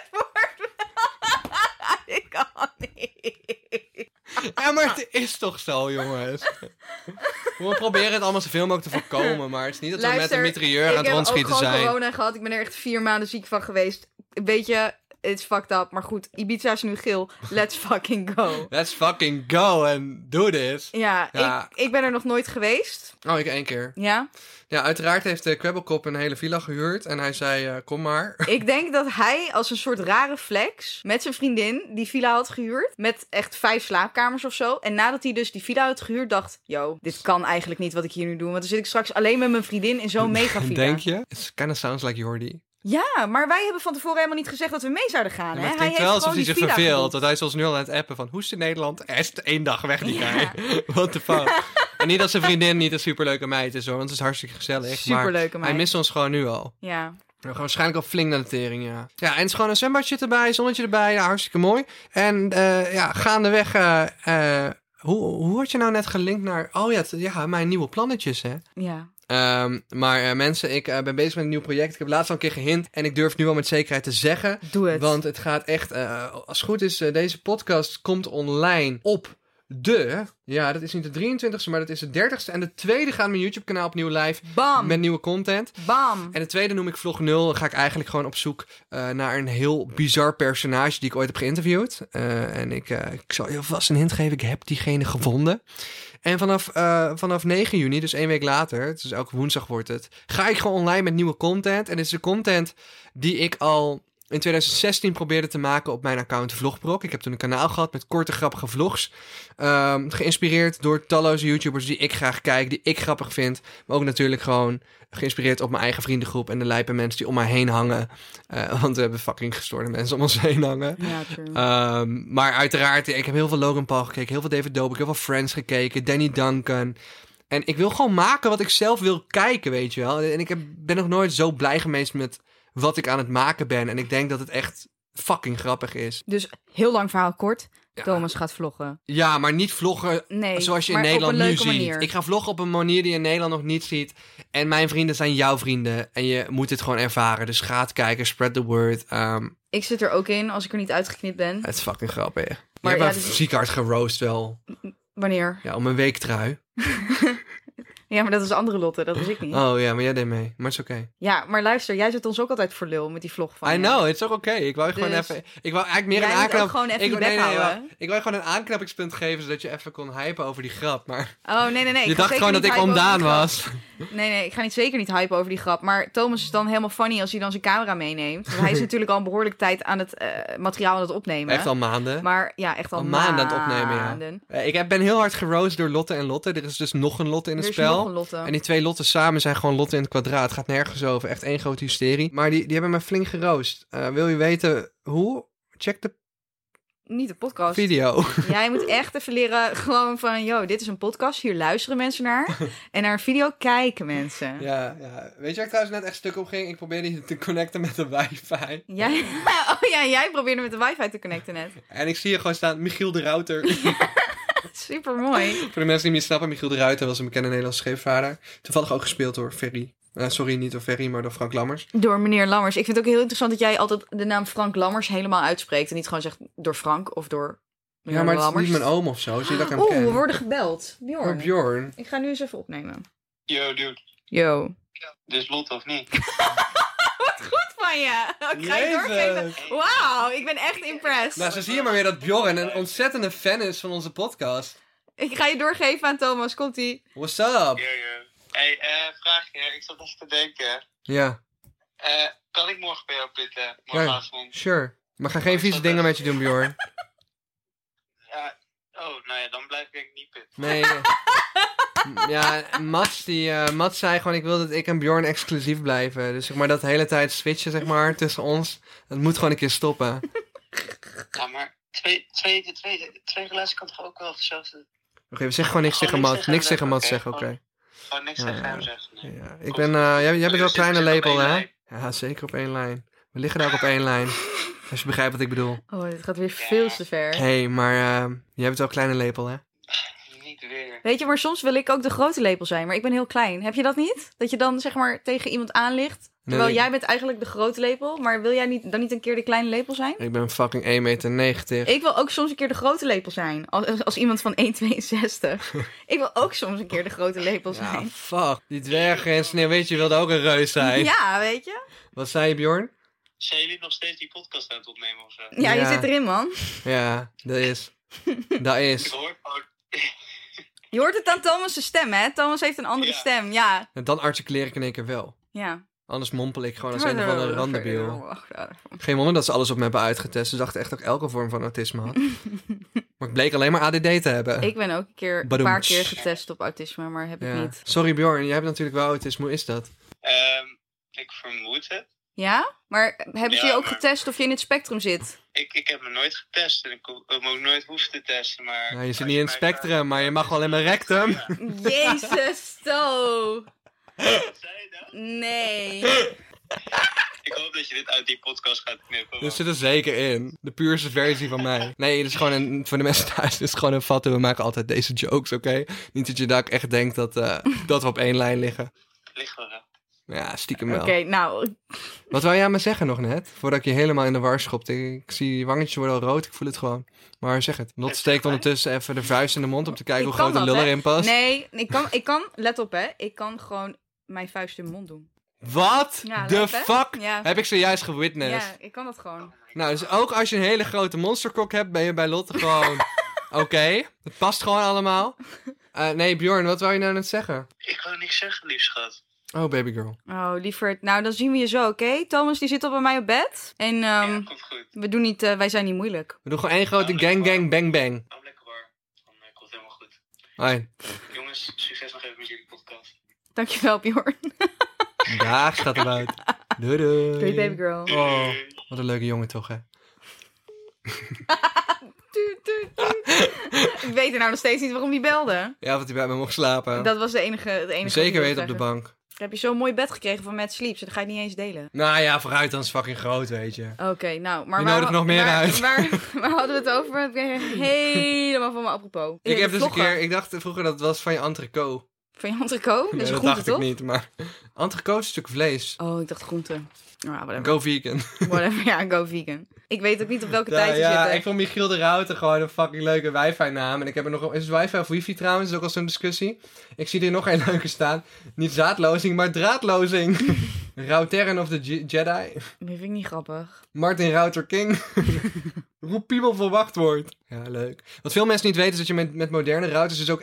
[SPEAKER 7] Ik kan niet.
[SPEAKER 6] Ja, maar het is toch zo, jongens. We proberen het allemaal zoveel mogelijk te voorkomen. Maar het is niet dat we met een mitrailleur aan het rondschieten
[SPEAKER 7] Ik heb ook
[SPEAKER 6] zijn.
[SPEAKER 7] gewoon corona gehad. Ik ben er echt 4 maanden ziek van geweest. Weet je, it's fucked up. Maar goed, Ibiza is nu geel. Let's fucking go.
[SPEAKER 6] Let's fucking go and do this.
[SPEAKER 7] Ja,
[SPEAKER 6] Ja.
[SPEAKER 7] Ik ben er nog nooit geweest.
[SPEAKER 6] Oh, ik 1 keer.
[SPEAKER 7] Ja.
[SPEAKER 6] Ja, uiteraard heeft de Kwebbelkop een hele villa gehuurd. En hij zei, kom maar.
[SPEAKER 7] Ik denk dat hij als een soort rare flex met zijn vriendin die villa had gehuurd. Met echt 5 slaapkamers of zo. En nadat hij dus die villa had gehuurd, dacht... Yo, dit kan eigenlijk niet wat ik hier nu doe. Want dan zit ik straks alleen met mijn vriendin in zo'n mega villa.
[SPEAKER 6] Denk je? It kind of sounds like Jordi.
[SPEAKER 7] Ja, maar wij hebben van tevoren helemaal niet gezegd dat we mee zouden gaan.
[SPEAKER 6] Ja,
[SPEAKER 7] hè?
[SPEAKER 6] maar het
[SPEAKER 7] Hij
[SPEAKER 6] klinkt
[SPEAKER 7] heeft
[SPEAKER 6] wel alsof
[SPEAKER 7] gewoon
[SPEAKER 6] hij
[SPEAKER 7] die
[SPEAKER 6] zich
[SPEAKER 7] villa
[SPEAKER 6] verveelt.
[SPEAKER 7] geboekt.
[SPEAKER 6] Want hij is ons nu al aan het appen van... Hoe is het in Nederland? Hij is 1 dag weg, die
[SPEAKER 7] Ja.
[SPEAKER 6] guy. What the fuck? En niet dat zijn vriendin niet een superleuke meid is hoor. Want het is hartstikke gezellig.
[SPEAKER 7] Superleuke
[SPEAKER 6] maar
[SPEAKER 7] meid.
[SPEAKER 6] hij mist ons gewoon nu al.
[SPEAKER 7] Ja.
[SPEAKER 6] We gaan waarschijnlijk al flink naar de tering, ja. Ja, en het is gewoon een zwembadje erbij, zonnetje erbij. Ja, hartstikke mooi. En ja, gaandeweg... hoe had je nou net gelinkt naar... Oh ja, mijn nieuwe plannetjes, hè?
[SPEAKER 7] Ja.
[SPEAKER 6] Maar mensen, ik ben bezig met een nieuw project. Ik heb laatst al een keer gehint. En ik durf nu al met zekerheid te zeggen.
[SPEAKER 7] Doe het.
[SPEAKER 6] Want het gaat echt... als het goed is, deze podcast komt online op ja, dat is niet de 23e, maar dat is de 30e. En de tweede gaat mijn YouTube-kanaal opnieuw live.
[SPEAKER 7] Bam.
[SPEAKER 6] Met nieuwe content.
[SPEAKER 7] Bam.
[SPEAKER 6] En de tweede noem ik vlog 0. Dan ga ik eigenlijk gewoon op zoek naar een heel bizar personage die ik ooit heb geïnterviewd. En ik zal je vast een hint geven. Ik heb diegene gevonden. En vanaf 9 juni, dus 1 week later, dus elke woensdag wordt het, ga ik gewoon online met nieuwe content. En dit is de content die ik al in 2016 probeerde te maken op mijn account Vlogbrok. Ik heb toen een kanaal gehad met korte, grappige vlogs. Geïnspireerd door talloze YouTubers die ik graag kijk, die ik grappig vind. Maar ook natuurlijk gewoon geïnspireerd op mijn eigen vriendengroep en de lijpe mensen die om mij heen hangen. Want we hebben fucking gestoorde mensen om ons heen hangen.
[SPEAKER 7] Ja, true.
[SPEAKER 6] Maar uiteraard, ik heb heel veel Logan Paul gekeken, heel veel David Dobrik, heel veel Friends gekeken, Danny Duncan. En ik wil gewoon maken wat ik zelf wil kijken, weet je wel. En ik ben nog nooit zo blij geweest met wat ik aan het maken ben. En ik denk dat het echt fucking grappig is.
[SPEAKER 7] Dus heel lang verhaal kort.
[SPEAKER 6] Ja.
[SPEAKER 7] Thomas gaat vloggen.
[SPEAKER 6] Ja, maar niet vloggen
[SPEAKER 7] Nee,
[SPEAKER 6] zoals je in
[SPEAKER 7] maar
[SPEAKER 6] Nederland
[SPEAKER 7] op een
[SPEAKER 6] nu
[SPEAKER 7] leuke
[SPEAKER 6] ziet.
[SPEAKER 7] manier.
[SPEAKER 6] Ik ga vloggen op een manier die je in Nederland nog niet ziet. En mijn vrienden zijn jouw vrienden. En je moet dit gewoon ervaren. Dus ga het kijken, spread the word.
[SPEAKER 7] Ik zit er ook in als ik er niet uitgeknipt ben.
[SPEAKER 6] Het is fucking grappig.
[SPEAKER 7] Maar
[SPEAKER 6] Maar je
[SPEAKER 7] ja,
[SPEAKER 6] hebt mij
[SPEAKER 7] dus-
[SPEAKER 6] ziek hard geroost wel.
[SPEAKER 7] Wanneer?
[SPEAKER 6] Ja, om een weektrui.
[SPEAKER 7] Ja, maar dat is andere Lotte, dat was ik niet.
[SPEAKER 6] Oh ja, maar jij deed mee. Maar het is oké.
[SPEAKER 7] Ja, maar luister, jij zit ons ook altijd voor lul met die vlog van
[SPEAKER 6] I
[SPEAKER 7] je.
[SPEAKER 6] know, het is ook oké. Ik wou je gewoon
[SPEAKER 7] Dus-
[SPEAKER 6] even... Ik wou eigenlijk meer
[SPEAKER 7] Jij
[SPEAKER 6] een
[SPEAKER 7] moet ook
[SPEAKER 6] aanknap...
[SPEAKER 7] gewoon even
[SPEAKER 6] ik,
[SPEAKER 7] je bek houden.
[SPEAKER 6] wacht. Ik wou je gewoon een aanknapingspunt geven, zodat je even kon hypen over die grap. Maar
[SPEAKER 7] Oh, nee. Ik
[SPEAKER 6] je
[SPEAKER 7] ga
[SPEAKER 6] dacht
[SPEAKER 7] zeker
[SPEAKER 6] gewoon dat
[SPEAKER 7] niet
[SPEAKER 6] ik
[SPEAKER 7] hypen over
[SPEAKER 6] ondaan
[SPEAKER 7] die grap.
[SPEAKER 6] was.
[SPEAKER 7] Nee, ik ga niet zeker niet hypen over die grap. Maar Thomas is dan helemaal funny als hij dan zijn camera meeneemt. Want hij is natuurlijk al een behoorlijke tijd aan het materiaal aan het opnemen.
[SPEAKER 6] Echt al maanden.
[SPEAKER 7] Maar ja, echt al
[SPEAKER 6] maanden aan het opnemen, ja.
[SPEAKER 7] maanden.
[SPEAKER 6] Ik ben heel hard geroost door Lotte en Lotte. Er is dus nog een Lotte in het
[SPEAKER 7] Er is
[SPEAKER 6] spel.
[SPEAKER 7] nog een Lotte.
[SPEAKER 6] En die twee Lotten samen zijn gewoon Lotte in het kwadraat. Het gaat nergens over. Echt één grote hysterie. Maar die hebben me flink geroost. Wil je weten hoe? Check de
[SPEAKER 7] Niet de podcast.
[SPEAKER 6] video.
[SPEAKER 7] Jij moet echt even leren gewoon van... Yo, dit is een podcast. Hier luisteren mensen naar. En naar een video kijken mensen.
[SPEAKER 6] Ja. Weet je waar ik trouwens net echt stuk op ging? Ik probeerde die te connecten met de wifi.
[SPEAKER 7] Jij probeerde met de wifi te connecten net.
[SPEAKER 6] En ik zie hier gewoon staan Michiel de Ruiter.
[SPEAKER 7] Super mooi.
[SPEAKER 6] Voor de mensen die niet snappen, Michiel de Ruiter was een bekende Nederlandse scheepvaarder. Toevallig ook gespeeld door Ferry. Sorry, niet door Ferry, maar door Frank Lammers.
[SPEAKER 7] Door meneer Lammers. Ik vind het ook heel interessant dat jij altijd de naam Frank Lammers helemaal uitspreekt. En niet gewoon zegt door Frank of door meneer
[SPEAKER 6] Ja, maar het is
[SPEAKER 7] Lammers.
[SPEAKER 6] niet mijn oom of zo. Zie je dat ik hem
[SPEAKER 7] Oeh,
[SPEAKER 6] ken?
[SPEAKER 7] we worden gebeld. Bjorn.
[SPEAKER 6] Door Bjorn.
[SPEAKER 7] Ik ga nu eens even opnemen.
[SPEAKER 1] Yo, dude.
[SPEAKER 7] Yo.
[SPEAKER 1] Dit Lotte of niet?
[SPEAKER 7] Goed van je. Ik ga je
[SPEAKER 6] Jezus.
[SPEAKER 7] doorgeven. Wauw, ik ben echt impressed.
[SPEAKER 6] Nou, zo zie je maar weer dat Bjorn een ontzettende fan is van onze podcast.
[SPEAKER 7] Ik ga je doorgeven aan Thomas. Komt-ie.
[SPEAKER 6] What's up?
[SPEAKER 1] Yo. Hey, vraagje. Ik zat even te denken.
[SPEAKER 6] Ja,
[SPEAKER 1] Kan ik morgen bij jou pitten? Morgenavond?
[SPEAKER 6] sure. Maar ga geen vieze dingen met je doen, Bjorn.
[SPEAKER 1] Ja. Oh, nou ja, dan blijf ik denk ik niet pitten.
[SPEAKER 6] Nee. Ja, Mats zei gewoon, ik wil dat ik en Bjorn exclusief blijven. Dus zeg maar dat de hele tijd switchen, zeg maar, tussen ons. Dat moet gewoon een keer stoppen.
[SPEAKER 1] Ja, maar twee glazen kan toch ook wel hetzelfde...
[SPEAKER 6] Oké, zeg gewoon niks tegen Mats. Niks tegen Mats zeggen, oké.
[SPEAKER 1] Gewoon niks tegen hem zeggen. Nee.
[SPEAKER 6] Ja, ik ben, jij bent wel een kleine lepel, hè? Ja, zeker op één lijn. We liggen daar ook op één lijn. Als je begrijpt wat ik bedoel.
[SPEAKER 7] Oh, dit gaat weer veel te ver.
[SPEAKER 6] Hé, maar jij bent wel een kleine lepel, hè?
[SPEAKER 1] Niet weer.
[SPEAKER 7] Weet je, maar soms wil ik ook de grote lepel zijn, maar ik ben heel klein. Heb je dat niet? Dat je dan zeg maar tegen iemand aanligt, terwijl jij bent eigenlijk de grote lepel, maar wil jij dan niet een keer de kleine lepel zijn?
[SPEAKER 6] Ik ben fucking 1,90 meter.
[SPEAKER 7] Ik wil ook soms een keer de grote lepel zijn, als iemand van 1,62. Ik wil ook soms een keer de grote lepel
[SPEAKER 6] Ja,
[SPEAKER 7] zijn.
[SPEAKER 6] fuck. Die dwergen en Sneeuwwitje wilde ook een reus zijn.
[SPEAKER 7] Ja, weet je?
[SPEAKER 6] Wat zei je, Bjorn?
[SPEAKER 1] Zijn jullie nog steeds die podcast aan het opnemen of zo?
[SPEAKER 7] Ja, je
[SPEAKER 6] Ja.
[SPEAKER 7] zit erin, man.
[SPEAKER 6] Ja, dat is. Dat
[SPEAKER 1] Ik
[SPEAKER 6] is.
[SPEAKER 1] hoor gewoon...
[SPEAKER 7] Je hoort het aan Thomas' stem, hè? Thomas heeft een andere
[SPEAKER 1] Ja.
[SPEAKER 7] stem, ja.
[SPEAKER 6] En dan articuleer ik in één keer wel.
[SPEAKER 7] Ja.
[SPEAKER 6] Anders mompel ik gewoon als een of andere randebiel.
[SPEAKER 7] Wacht.
[SPEAKER 6] Geen wonder dat ze alles op me hebben uitgetest. Ze dachten echt dat ik elke vorm van autisme had. Maar ik bleek alleen maar ADD te hebben.
[SPEAKER 7] Ik ben ook een
[SPEAKER 6] Badoem.
[SPEAKER 7] paar keer getest op autisme, maar heb ik
[SPEAKER 6] Ja.
[SPEAKER 7] niet.
[SPEAKER 6] Sorry Bjorn, jij hebt natuurlijk wel autisme. Hoe is dat?
[SPEAKER 1] Ik vermoed het.
[SPEAKER 7] Ja? Maar hebben ze
[SPEAKER 1] Ja,
[SPEAKER 7] je ook
[SPEAKER 1] maar-
[SPEAKER 7] getest of je in het spectrum zit?
[SPEAKER 1] Ik heb me nooit getest en ik heb me ook nooit hoeven te testen, maar...
[SPEAKER 6] Nou, je zit
[SPEAKER 1] als
[SPEAKER 6] niet in het
[SPEAKER 1] mij
[SPEAKER 6] spectrum, maar je mag wel in mijn rectum.
[SPEAKER 1] Ja.
[SPEAKER 7] Jezus, zo.
[SPEAKER 1] Wat zei je nou?
[SPEAKER 7] Nee.
[SPEAKER 1] Ik hoop dat je dit uit die podcast gaat knippen.
[SPEAKER 6] Dat zit er zeker in. De puurste versie van mij. Nee, het is gewoon voor de mensen thuis, het is gewoon een vatten. We maken altijd deze jokes, oké? Niet dat je daar ook echt denkt dat we op één lijn liggen.
[SPEAKER 1] Ligt wel, hè?
[SPEAKER 6] Ja, stiekem wel.
[SPEAKER 7] Oké, nou.
[SPEAKER 6] Wat wou jij aan me zeggen nog net? Voordat ik je helemaal in de war schopte. Ik zie je wangetjes worden al rood, ik voel het gewoon. Maar zeg het. Lot steekt ondertussen even de vuist in de mond om te kijken
[SPEAKER 7] Ik
[SPEAKER 6] hoe
[SPEAKER 7] kan
[SPEAKER 6] groot de
[SPEAKER 7] dat,
[SPEAKER 6] lul
[SPEAKER 7] hè?
[SPEAKER 6] erin past.
[SPEAKER 7] Nee, ik kan, let op hè. Ik kan gewoon mijn vuist in mijn mond doen.
[SPEAKER 6] Wat
[SPEAKER 7] Ja,
[SPEAKER 6] the
[SPEAKER 7] leuk, hè?
[SPEAKER 6] fuck
[SPEAKER 7] Ja.
[SPEAKER 6] heb ik zojuist gewitnessed?
[SPEAKER 7] Ja, ik kan dat gewoon.
[SPEAKER 6] Nou, dus ook als je een hele grote monsterkok hebt, ben je bij Lotte gewoon... Oké, het past gewoon allemaal. Nee, Bjorn, wat wou je nou net zeggen?
[SPEAKER 1] Ik wou niks zeggen, lief schat.
[SPEAKER 6] Oh, baby girl.
[SPEAKER 7] Oh, lieverd. Nou, dan zien we je zo, oké? Thomas, die zit al bij mij op bed. En
[SPEAKER 1] Ja, komt goed.
[SPEAKER 7] we doen niet, wij zijn niet moeilijk.
[SPEAKER 6] We doen gewoon één grote gang, gang, bang, bang.
[SPEAKER 1] Hou lekker hoor. Dan komt het helemaal goed.
[SPEAKER 6] Hoi.
[SPEAKER 1] Jongens, succes nog even met jullie podcast.
[SPEAKER 7] Dankjewel, Bjorn.
[SPEAKER 6] Dag, schat eruit. Doei, doei.
[SPEAKER 7] Doei, baby girl.
[SPEAKER 6] Oh, wat een leuke jongen toch, hè?
[SPEAKER 7] Tuut, tuut, tuut. Ik weet er nou nog steeds niet waarom die belde.
[SPEAKER 6] Ja, want hij bij me mocht slapen.
[SPEAKER 7] Dat was de enige
[SPEAKER 6] Zeker weten op de bank.
[SPEAKER 7] Heb je zo'n mooi bed gekregen van Mad Sleeps? Dat ga je niet eens delen.
[SPEAKER 6] Nou ja, vooruit, dan is het fucking groot, weet je.
[SPEAKER 7] Oké, nou, maar
[SPEAKER 6] Je nodigt nog meer uit.
[SPEAKER 7] Waar hadden we het over? Ik ben helemaal van me apropos.
[SPEAKER 6] Ik heb dus een
[SPEAKER 7] vloggen.
[SPEAKER 6] keer, ik dacht vroeger dat het was van je entrecote.
[SPEAKER 7] Van je entrecote? Dat is
[SPEAKER 6] Nee, dat
[SPEAKER 7] groente,
[SPEAKER 6] dacht
[SPEAKER 7] toch?
[SPEAKER 6] ik niet, maar entrecote is een stuk vlees.
[SPEAKER 7] Oh, ik dacht groente. Nou, whatever.
[SPEAKER 6] Go vegan.
[SPEAKER 7] Whatever. Ja, go vegan. Ik weet ook niet op welke tijd we
[SPEAKER 6] ja,
[SPEAKER 7] zitten.
[SPEAKER 6] ik vond Michiel de Ruiter gewoon een fucking leuke wifi-naam. En ik heb er nog... Is het wifi of wifi trouwens? Dat is ook al zo'n discussie. Ik zie er nog een leuke staan. Niet zaadlozing, maar draadlozing. Routeren of the Jedi.
[SPEAKER 7] Dat vind ik niet grappig.
[SPEAKER 6] Martin Router King. Hoe piemel verwacht wordt. Ja, leuk. Wat veel mensen niet weten is dat je met moderne routers dus ook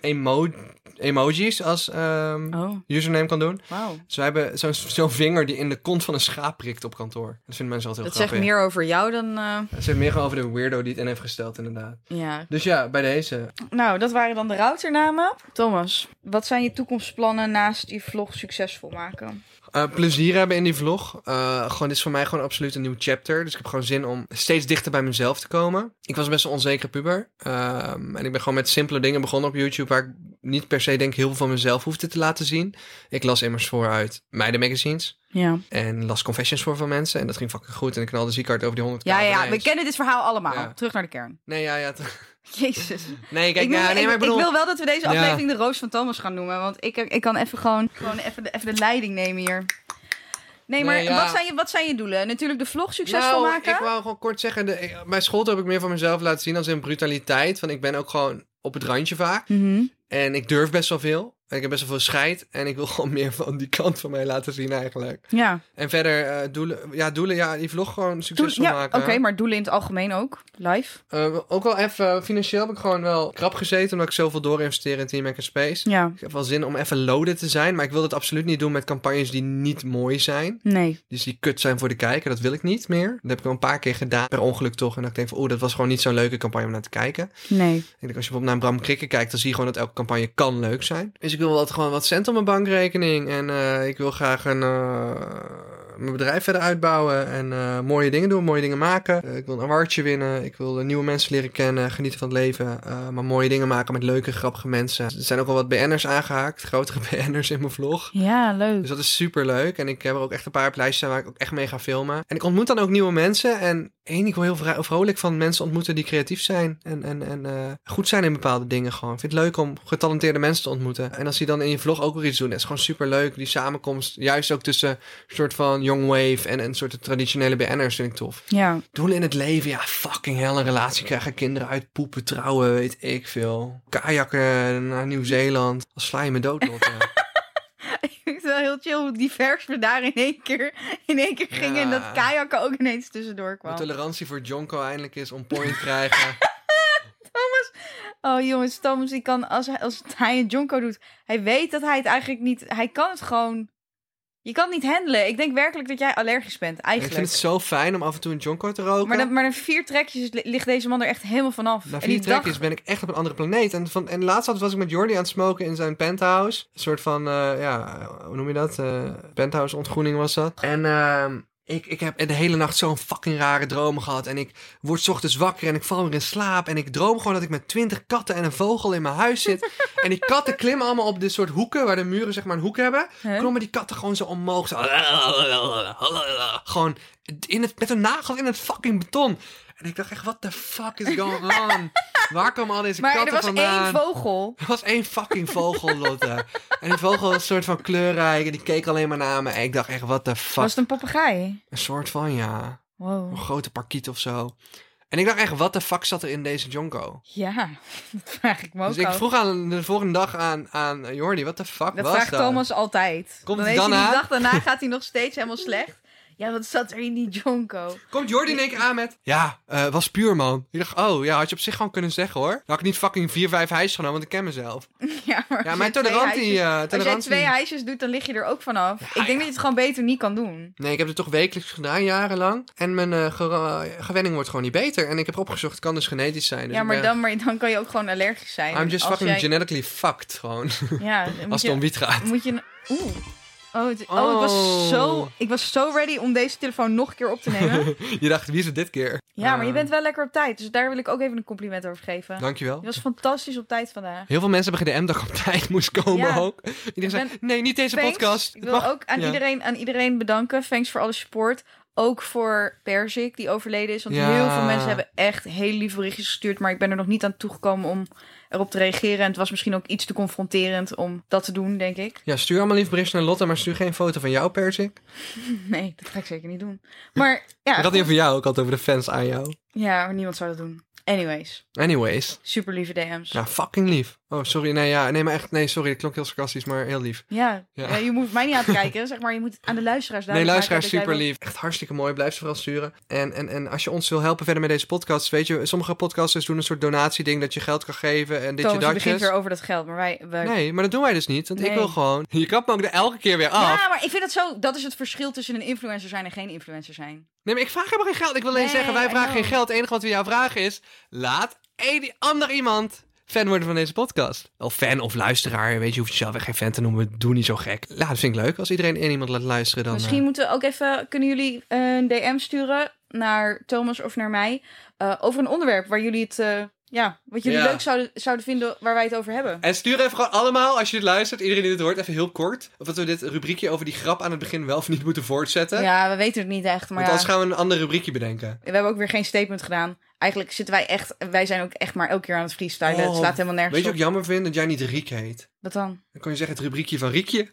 [SPEAKER 6] emojis als
[SPEAKER 7] Oh,
[SPEAKER 6] username kan doen.
[SPEAKER 7] wauw.
[SPEAKER 6] Dus wij hebben zo'n vinger die in de kont van een schaap prikt op kantoor. Dat vinden mensen altijd
[SPEAKER 7] Dat
[SPEAKER 6] heel
[SPEAKER 7] zegt
[SPEAKER 6] grappig.
[SPEAKER 7] meer over jou dan...
[SPEAKER 6] Het zegt meer gewoon over de weirdo die het in heeft gesteld, inderdaad.
[SPEAKER 7] Ja.
[SPEAKER 6] Dus ja, bij deze.
[SPEAKER 7] Nou, dat waren dan de routernamen. Thomas, wat zijn je toekomstplannen naast die vlog succesvol maken?
[SPEAKER 6] Plezier hebben in die vlog. Gewoon, dit is voor mij gewoon absoluut een nieuw chapter. Dus ik heb gewoon zin om steeds dichter bij mezelf te komen. Ik was best een onzekere puber. En ik ben gewoon met simpele dingen begonnen op YouTube... waar ik niet per se denk heel veel van mezelf hoefde te laten zien. Ik las immers voor uit meidenmagazines.
[SPEAKER 7] Ja.
[SPEAKER 6] En las confessions voor van mensen. En dat ging fucking goed. En ik knalde ziek hard over die 100k.
[SPEAKER 7] Ja, we kennen dit verhaal allemaal.
[SPEAKER 6] Ja.
[SPEAKER 7] Terug naar de kern.
[SPEAKER 6] Nee, ja.
[SPEAKER 7] Jezus.
[SPEAKER 6] Nee, kijk,
[SPEAKER 7] ik
[SPEAKER 6] ik bedoel...
[SPEAKER 7] wil wel dat we deze
[SPEAKER 6] Ja.
[SPEAKER 7] aflevering de Roos van Thomas gaan noemen. Want ik kan even gewoon even de leiding nemen hier. Nee, maar
[SPEAKER 6] Nee, ja.
[SPEAKER 7] wat zijn je doelen? Natuurlijk de vlog succesvol maken?
[SPEAKER 6] Ik wou gewoon kort zeggen... bij school heb ik meer van mezelf laten zien als in brutaliteit. Want ik ben ook gewoon op het randje vaak.
[SPEAKER 7] Mhm.
[SPEAKER 6] En ik durf best wel veel. En ik heb best wel veel scheid. En ik wil gewoon meer van die kant van mij laten zien eigenlijk.
[SPEAKER 7] Ja.
[SPEAKER 6] En verder doelen, die vlog gewoon succesvol maken.
[SPEAKER 7] Oké, maar doelen in het algemeen ook? Live?
[SPEAKER 6] Ook wel even, financieel heb ik gewoon wel krap gezeten. Omdat ik zoveel doorinvesteer in Team Makerspace.
[SPEAKER 7] Ja.
[SPEAKER 6] Ik heb wel zin om even loaded te zijn. Maar ik wil het absoluut niet doen met campagnes die niet mooi zijn.
[SPEAKER 7] Nee.
[SPEAKER 6] Dus die kut zijn voor de kijker. Dat wil ik niet meer. Dat heb ik wel een paar keer gedaan. Per ongeluk toch. En dat ik denk van, dat was gewoon niet zo'n leuke campagne om naar te kijken.
[SPEAKER 7] Nee.
[SPEAKER 6] Ik denk, als je bijvoorbeeld naar Bram Krikke kijkt, dan zie je gewoon dat elke campagne kan leuk zijn. Dus ik wil gewoon wat cent op mijn bankrekening. En ik wil graag mijn bedrijf verder uitbouwen. En mooie dingen doen, mooie dingen maken. Ik wil een awardje winnen. Ik wil nieuwe mensen leren kennen, genieten van het leven. Maar mooie dingen maken met leuke, grappige mensen. Er zijn ook wel wat BN'ers aangehaakt. Grotere BN'ers in mijn vlog.
[SPEAKER 7] Ja, leuk.
[SPEAKER 6] Dus dat is super leuk. En ik heb er ook echt een paar op lijstjes staan waar ik ook echt mee ga filmen. En ik ontmoet dan ook nieuwe mensen. En ik wil heel vrolijk van mensen ontmoeten die creatief zijn. En goed zijn in bepaalde dingen gewoon. Ik vind het leuk om getalenteerde mensen te ontmoeten. En als die dan in je vlog ook weer iets doen. Dat is gewoon super leuk. Die samenkomst. Juist ook tussen een soort van young wave en een soort traditionele BN'ers vind ik tof.
[SPEAKER 7] Ja.
[SPEAKER 6] Doelen in het leven. Ja, fucking hell. Een relatie krijgen, kinderen uitpoepen, trouwen, weet ik veel. Kajakken naar Nieuw-Zeeland. Dan sla je me dood, Lotte.
[SPEAKER 7] Ik vind het wel heel chill hoe divers we daar in één keer gingen.
[SPEAKER 6] Ja.
[SPEAKER 7] En dat kajakken ook ineens tussendoor
[SPEAKER 6] De
[SPEAKER 7] kwam.
[SPEAKER 6] tolerantie voor Jonko eindelijk is on point krijgen.
[SPEAKER 7] Oh jongens, Thomas, die kan, als hij een jonko doet, hij weet dat hij het eigenlijk niet... Hij kan het gewoon... Je kan het niet handelen. Ik denk werkelijk dat jij allergisch bent,
[SPEAKER 6] Ik
[SPEAKER 7] eigenlijk.
[SPEAKER 6] vind het zo fijn om af en toe een Jonko te roken.
[SPEAKER 7] Maar na 4 trekjes ligt deze man er echt helemaal vanaf.
[SPEAKER 6] Na
[SPEAKER 7] En
[SPEAKER 6] 4
[SPEAKER 7] die
[SPEAKER 6] trekjes ben ik echt op een andere planeet. En laatst was ik met Jordi aan het smoken in zijn penthouse. Een soort van, hoe noem je dat? Penthouse ontgroening was dat. En ik heb de hele nacht zo'n fucking rare dromen gehad. En ik word 's ochtends wakker en ik val weer in slaap. En ik droom gewoon dat ik met 20 katten en een vogel in mijn huis zit. En die katten klimmen allemaal op dit soort hoeken, waar de muren zeg maar een hoek hebben.
[SPEAKER 7] Huh?
[SPEAKER 6] Klommen die katten gewoon zo omhoog. Zo. Gewoon met een nagel in het fucking beton. En ik dacht echt, what the fuck is going on? Waar komen al deze
[SPEAKER 7] Maar
[SPEAKER 6] katten
[SPEAKER 7] er was
[SPEAKER 6] vandaan?
[SPEAKER 7] 1 vogel.
[SPEAKER 6] Er was 1 fucking vogel, Lotte. En die vogel was een soort van kleurrijk. En die keek alleen maar naar me. En ik dacht echt, what the fuck?
[SPEAKER 7] Was het een papegaai?
[SPEAKER 6] Een soort van, ja.
[SPEAKER 7] Wow.
[SPEAKER 6] Een grote parkiet of zo. En ik dacht echt, what the fuck zat er in deze Jonko?
[SPEAKER 7] Ja, dat vraag ik me ook
[SPEAKER 6] Dus ik
[SPEAKER 7] af.
[SPEAKER 6] vroeg de volgende dag aan Jordi, what the fuck
[SPEAKER 7] Dat
[SPEAKER 6] was
[SPEAKER 7] vraagt
[SPEAKER 6] dat?
[SPEAKER 7] Thomas altijd.
[SPEAKER 6] Komt
[SPEAKER 7] dan
[SPEAKER 6] hij
[SPEAKER 7] heeft
[SPEAKER 6] dan
[SPEAKER 7] hij die
[SPEAKER 6] aan?
[SPEAKER 7] dag daarna gaat hij nog steeds helemaal slecht. Ja, wat zat er in die jonko?
[SPEAKER 6] Komt Jordi in één keer aan met... Ja, was puur, man. Ik dacht, oh, ja, had je op zich gewoon kunnen zeggen, hoor. Dan had ik niet fucking 4-5 hijsjes genomen, want ik ken mezelf.
[SPEAKER 7] Ja, maar
[SPEAKER 6] Ja, mijn tolerantie...
[SPEAKER 7] als jij 2 hijsjes doet, dan lig je er ook vanaf. Ik denk dat je het gewoon beter niet kan doen.
[SPEAKER 6] Nee, ik heb het toch wekelijks gedaan, jarenlang. En mijn gewenning wordt gewoon niet beter. En ik heb opgezocht, het kan dus genetisch zijn. Dus
[SPEAKER 7] Ja, maar dan kan je ook gewoon allergisch zijn.
[SPEAKER 6] I'm just
[SPEAKER 7] Als
[SPEAKER 6] fucking genetically fucked, gewoon.
[SPEAKER 7] Ja,
[SPEAKER 6] Als het om wiet gaat.
[SPEAKER 7] Moet je... Ik was zo ready om deze telefoon nog een keer op te nemen.
[SPEAKER 6] Je dacht, wie is het dit keer?
[SPEAKER 7] Ja, maar je bent wel lekker op tijd. Dus daar wil ik ook even een compliment over geven.
[SPEAKER 6] Dankjewel.
[SPEAKER 7] Je was fantastisch op tijd vandaag.
[SPEAKER 6] Heel veel mensen hebben gedm'd dat ik op tijd moest komen
[SPEAKER 7] Ja.
[SPEAKER 6] ook. Iedereen zei, nee, niet deze podcast.
[SPEAKER 7] Ik wil ook aan iedereen bedanken. Thanks voor alle support. Ook voor Perzik, die overleden is. Want heel veel mensen hebben echt hele lieve berichtjes gestuurd. Maar ik ben er nog niet aan toegekomen om erop te reageren. En het was misschien ook iets te confronterend om dat te doen, denk ik.
[SPEAKER 6] Ja, stuur allemaal lief berichtjes naar Lotte, maar stuur geen foto van jou, Perzik.
[SPEAKER 7] Nee, dat ga ik zeker niet doen. Maar ja,
[SPEAKER 6] Ik had niet over jou, ik had het over de fans aan jou.
[SPEAKER 7] Ja, maar niemand zou dat doen. Anyways. Super lieve DM's.
[SPEAKER 6] Ja, fucking lief. Oh, sorry. Nee, sorry. Dat klonk heel sarcastisch, maar heel lief.
[SPEAKER 7] Ja. Je moet mij niet aan het kijken. Zeg maar, je moet aan de luisteraars
[SPEAKER 6] Nee, luisteraars, super lief. Echt hartstikke mooi. Blijf ze vooral sturen. En als je ons wil helpen verder met deze podcast, weet je, sommige podcasters doen een soort donatieding dat je geld kan geven en ditje datjes.
[SPEAKER 7] begint weer over dat geld, maar wij...
[SPEAKER 6] Nee, maar dat doen wij dus niet. Want ik wil gewoon... Je kapt me ook er elke keer weer af.
[SPEAKER 7] Ja, maar ik vind het zo... Dat is het verschil tussen een influencer zijn en geen influencer zijn.
[SPEAKER 6] Nee, maar ik vraag helemaal geen geld. Ik wil alleen zeggen, wij vragen geen geld. Het enige wat we jou vragen is, laat ander iemand fan worden van deze podcast. Of fan of luisteraar. Weet je, hoeft jezelf echt geen fan te noemen. Doe niet zo gek. Ja, dat vind ik leuk. Als iedereen één iemand laat luisteren, dan...
[SPEAKER 7] Misschien moeten we ook even... Kunnen jullie een DM sturen naar Thomas of naar mij over een onderwerp waar jullie het... wat jullie leuk zouden vinden waar wij het over hebben.
[SPEAKER 6] En stuur even gewoon allemaal, als je dit luistert, iedereen die dit hoort, even heel kort. Of dat we dit rubriekje over die grap aan het begin wel of niet moeten voortzetten.
[SPEAKER 7] Ja, we weten het niet echt. Maar
[SPEAKER 6] want anders gaan we een ander rubriekje bedenken.
[SPEAKER 7] We hebben ook weer geen statement gedaan. Eigenlijk zitten wij echt... Wij zijn ook echt maar elke keer aan het freestylen. Het slaat helemaal nergens
[SPEAKER 6] Weet je
[SPEAKER 7] op.
[SPEAKER 6] wat ik jammer vind? Dat jij niet Riek heet.
[SPEAKER 7] Wat dan?
[SPEAKER 6] Dan kon je zeggen het rubriekje van Riekje.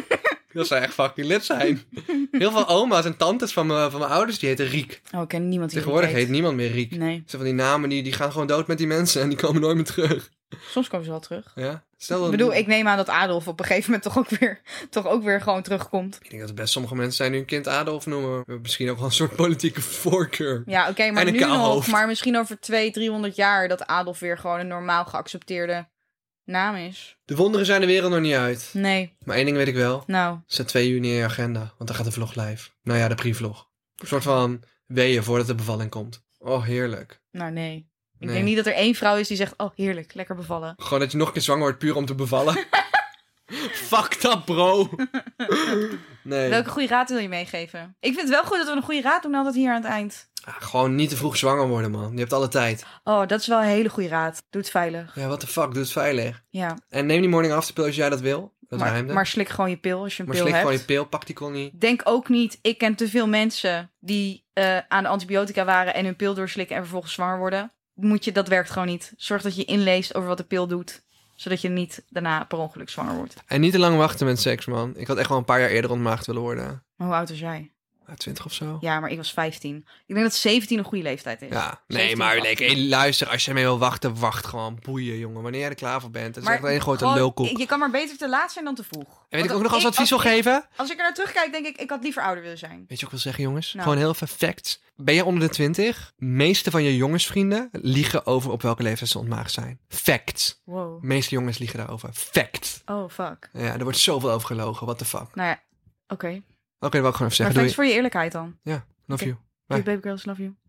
[SPEAKER 6] Dat zou echt fucking lit zijn. Heel veel oma's en tantes van mijn ouders, die heten Riek.
[SPEAKER 7] Oh, ik ken niemand die
[SPEAKER 6] Tegenwoordig heet niemand meer Riek.
[SPEAKER 7] Nee.
[SPEAKER 6] Zo van die namen, die gaan gewoon dood met die mensen en die komen nooit meer terug.
[SPEAKER 7] Soms komen ze wel terug.
[SPEAKER 6] Ja?
[SPEAKER 7] Ik bedoel, ik neem aan dat Adolf op een gegeven moment toch ook weer gewoon terugkomt.
[SPEAKER 6] Ik denk dat er best sommige mensen zijn die hun kind Adolf noemen. We hebben misschien ook wel een soort politieke voorkeur.
[SPEAKER 7] Ja, oké, maar nu nog. Maar misschien over 200-300 jaar dat Adolf weer gewoon een normaal geaccepteerde naam is.
[SPEAKER 6] De wonderen zijn de wereld nog niet uit.
[SPEAKER 7] Nee.
[SPEAKER 6] Maar één ding weet ik wel.
[SPEAKER 7] Nou.
[SPEAKER 6] Zet 2 juni in je agenda, want dan gaat de vlog live. Nou ja, de pre-vlog. Een soort van weeën voordat de bevalling komt. Oh, heerlijk.
[SPEAKER 7] Nou, nee. Ik denk niet dat er één vrouw is die zegt, oh, heerlijk, lekker bevallen.
[SPEAKER 6] Gewoon dat je nog een keer zwanger wordt puur om te bevallen. Fuck dat, bro. Nee.
[SPEAKER 7] Welke goede raad wil je meegeven? Ik vind het wel goed dat we een goede raad doen altijd hier aan het eind.
[SPEAKER 6] Gewoon niet te vroeg zwanger worden, man. Je hebt alle tijd.
[SPEAKER 7] Oh, dat is wel een hele goede raad. Doe het veilig.
[SPEAKER 6] Ja, what the fuck. Doe het veilig.
[SPEAKER 7] Ja.
[SPEAKER 6] En neem die morning after pill als jij dat wil. Dat
[SPEAKER 7] maar slik gewoon je pil als je een pil hebt.
[SPEAKER 6] Maar slik gewoon je pil. Pak die niet.
[SPEAKER 7] Denk ook niet, ik ken te veel mensen die aan de antibiotica waren en hun pil doorslikken en vervolgens zwanger worden. Dat werkt gewoon niet. Zorg dat je inleest over wat de pil doet. Zodat je niet daarna per ongeluk zwanger wordt.
[SPEAKER 6] En niet te lang wachten met seks, man. Ik had echt wel een paar jaar eerder ontmaagd willen worden.
[SPEAKER 7] Maar hoe oud was jij?
[SPEAKER 6] 20 of zo.
[SPEAKER 7] Ja, maar ik was 15. Ik denk dat 17 een goede leeftijd is.
[SPEAKER 6] Ja, nee, maar luister. Als je mee wil wachten, wacht gewoon. Boeien, jongen. Wanneer jij er klaar voor bent. Dat is echt een grote lulkoek.
[SPEAKER 7] Je kan maar beter te laat zijn dan te vroeg.
[SPEAKER 6] En weet ik ook nog als advies wil geven?
[SPEAKER 7] Als ik er naar terugkijk, denk ik had liever ouder willen zijn.
[SPEAKER 6] Weet je wat ik wil zeggen, jongens?
[SPEAKER 7] Nou.
[SPEAKER 6] Gewoon heel even facts. Ben jij onder de 20? Meeste van je jongensvrienden liegen over op welke leeftijd ze ontmaagd zijn. Facts.
[SPEAKER 7] Wow.
[SPEAKER 6] Meeste jongens liegen daarover. Facts.
[SPEAKER 7] Oh, fuck.
[SPEAKER 6] Ja, er wordt zoveel over gelogen. What the fuck.
[SPEAKER 7] Nou ja, oké.
[SPEAKER 6] Oké, dat wil ik gewoon even zeggen.
[SPEAKER 7] Maar thanks voor je eerlijkheid dan.
[SPEAKER 6] Ja, love you.
[SPEAKER 7] Bye. Baby girls, love you.